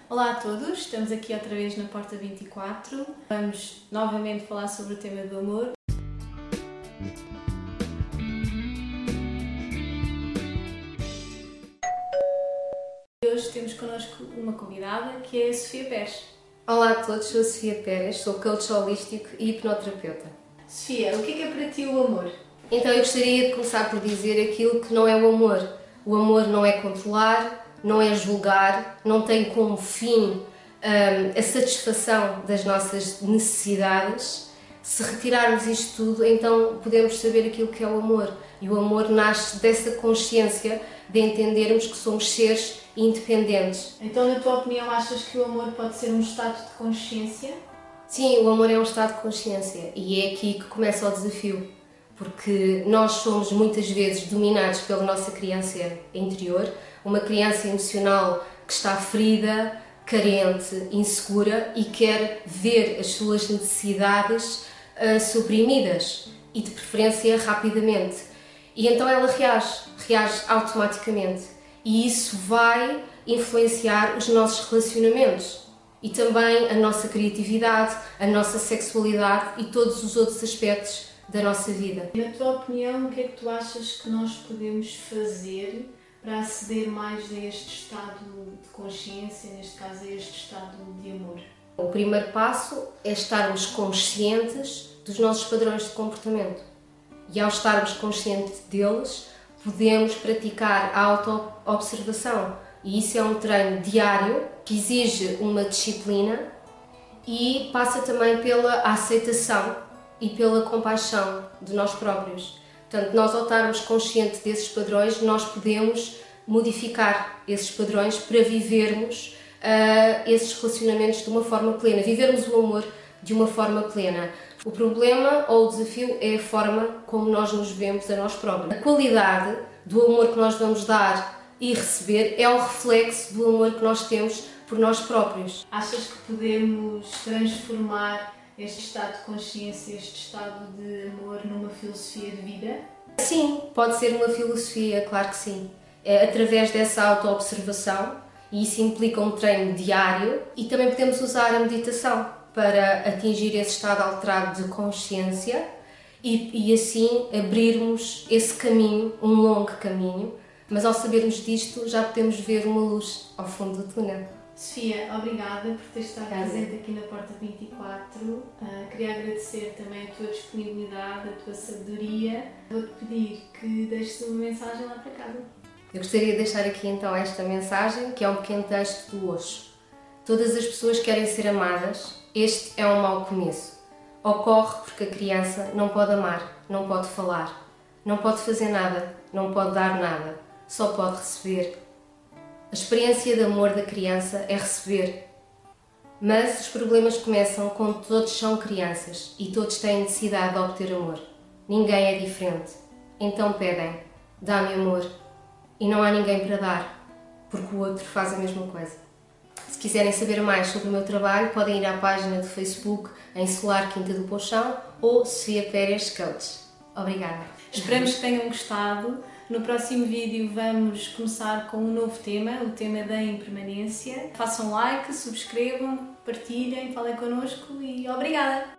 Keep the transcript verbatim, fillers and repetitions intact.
Olá a todos, estamos aqui outra vez na Porta vinte e quatro. Vamos novamente falar sobre o tema do amor. E hoje temos connosco uma convidada que é a Sofia Pérez. Olá a todos, sou a Sofia Pérez, sou coach holístico e hipnoterapeuta. Sofia, o que é que é para ti o amor? Então eu gostaria de começar por dizer aquilo que não é o amor. O amor não é controlar, não é julgar, não tem como fim um, a satisfação das nossas necessidades. Se retirarmos isto tudo, então podemos saber aquilo que é o amor. E o amor nasce dessa consciência de entendermos que somos seres independentes. Então, na tua opinião, achas que o amor pode ser um estado de consciência? Sim, o amor é um estado de consciência e é aqui que começa o desafio, porque nós somos muitas vezes dominados pela nossa criança interior, uma criança emocional que está ferida, carente, insegura e quer ver as suas necessidades uh, suprimidas e de preferência rapidamente. E então ela reage, reage automaticamente e isso vai influenciar os nossos relacionamentos e também a nossa criatividade, a nossa sexualidade e todos os outros aspectos da nossa vida. Na tua opinião, o que é que tu achas que nós podemos fazer para aceder mais a este estado de consciência, neste caso a este estado de amor? O primeiro passo é estarmos conscientes dos nossos padrões de comportamento e ao estarmos conscientes deles podemos praticar a auto-observação e isso é um treino diário que exige uma disciplina e passa também pela aceitação e pela compaixão de nós próprios. Portanto, nós ao estarmos conscientes desses padrões, nós podemos modificar esses padrões para vivermos uh, esses relacionamentos de uma forma plena, vivermos o amor de uma forma plena. O problema ou o desafio é a forma como nós nos vemos a nós próprios. A qualidade do amor que nós vamos dar e receber é o reflexo do amor que nós temos por nós próprios. Achas que podemos transformar este estado de consciência, este estado de amor numa filosofia de vida? Sim, pode ser uma filosofia, claro que sim. É através dessa auto-observação e isso implica um treino diário e também podemos usar a meditação para atingir esse estado alterado de consciência e, e assim abrirmos esse caminho, um longo caminho, mas ao sabermos disto já podemos ver uma luz ao fundo do túnel. Sofia, obrigada por ter estado presente aqui na Porta vinte e quatro. Uh, queria agradecer também a tua disponibilidade, a tua sabedoria. Vou-te pedir que deixes uma mensagem lá para casa. Eu gostaria de deixar aqui então esta mensagem, que é um pequeno texto do Osho. Todas as pessoas querem ser amadas, este é um mau começo. Ocorre porque a criança não pode amar, não pode falar, não pode fazer nada, não pode dar nada, só pode receber. A experiência de amor da criança é receber, mas os problemas começam quando todos são crianças e todos têm necessidade de obter amor. Ninguém é diferente, então pedem, dá-me amor, e não há ninguém para dar, porque o outro faz a mesma coisa. Se quiserem saber mais sobre o meu trabalho, podem ir à página do Facebook em Solar Quinta do Pochão ou Sofia Pérez Coach. Obrigada. Esperamos que tenham gostado. No próximo vídeo vamos começar com um novo tema, o tema da impermanência. Façam like, subscrevam, partilhem, falem connosco e obrigada!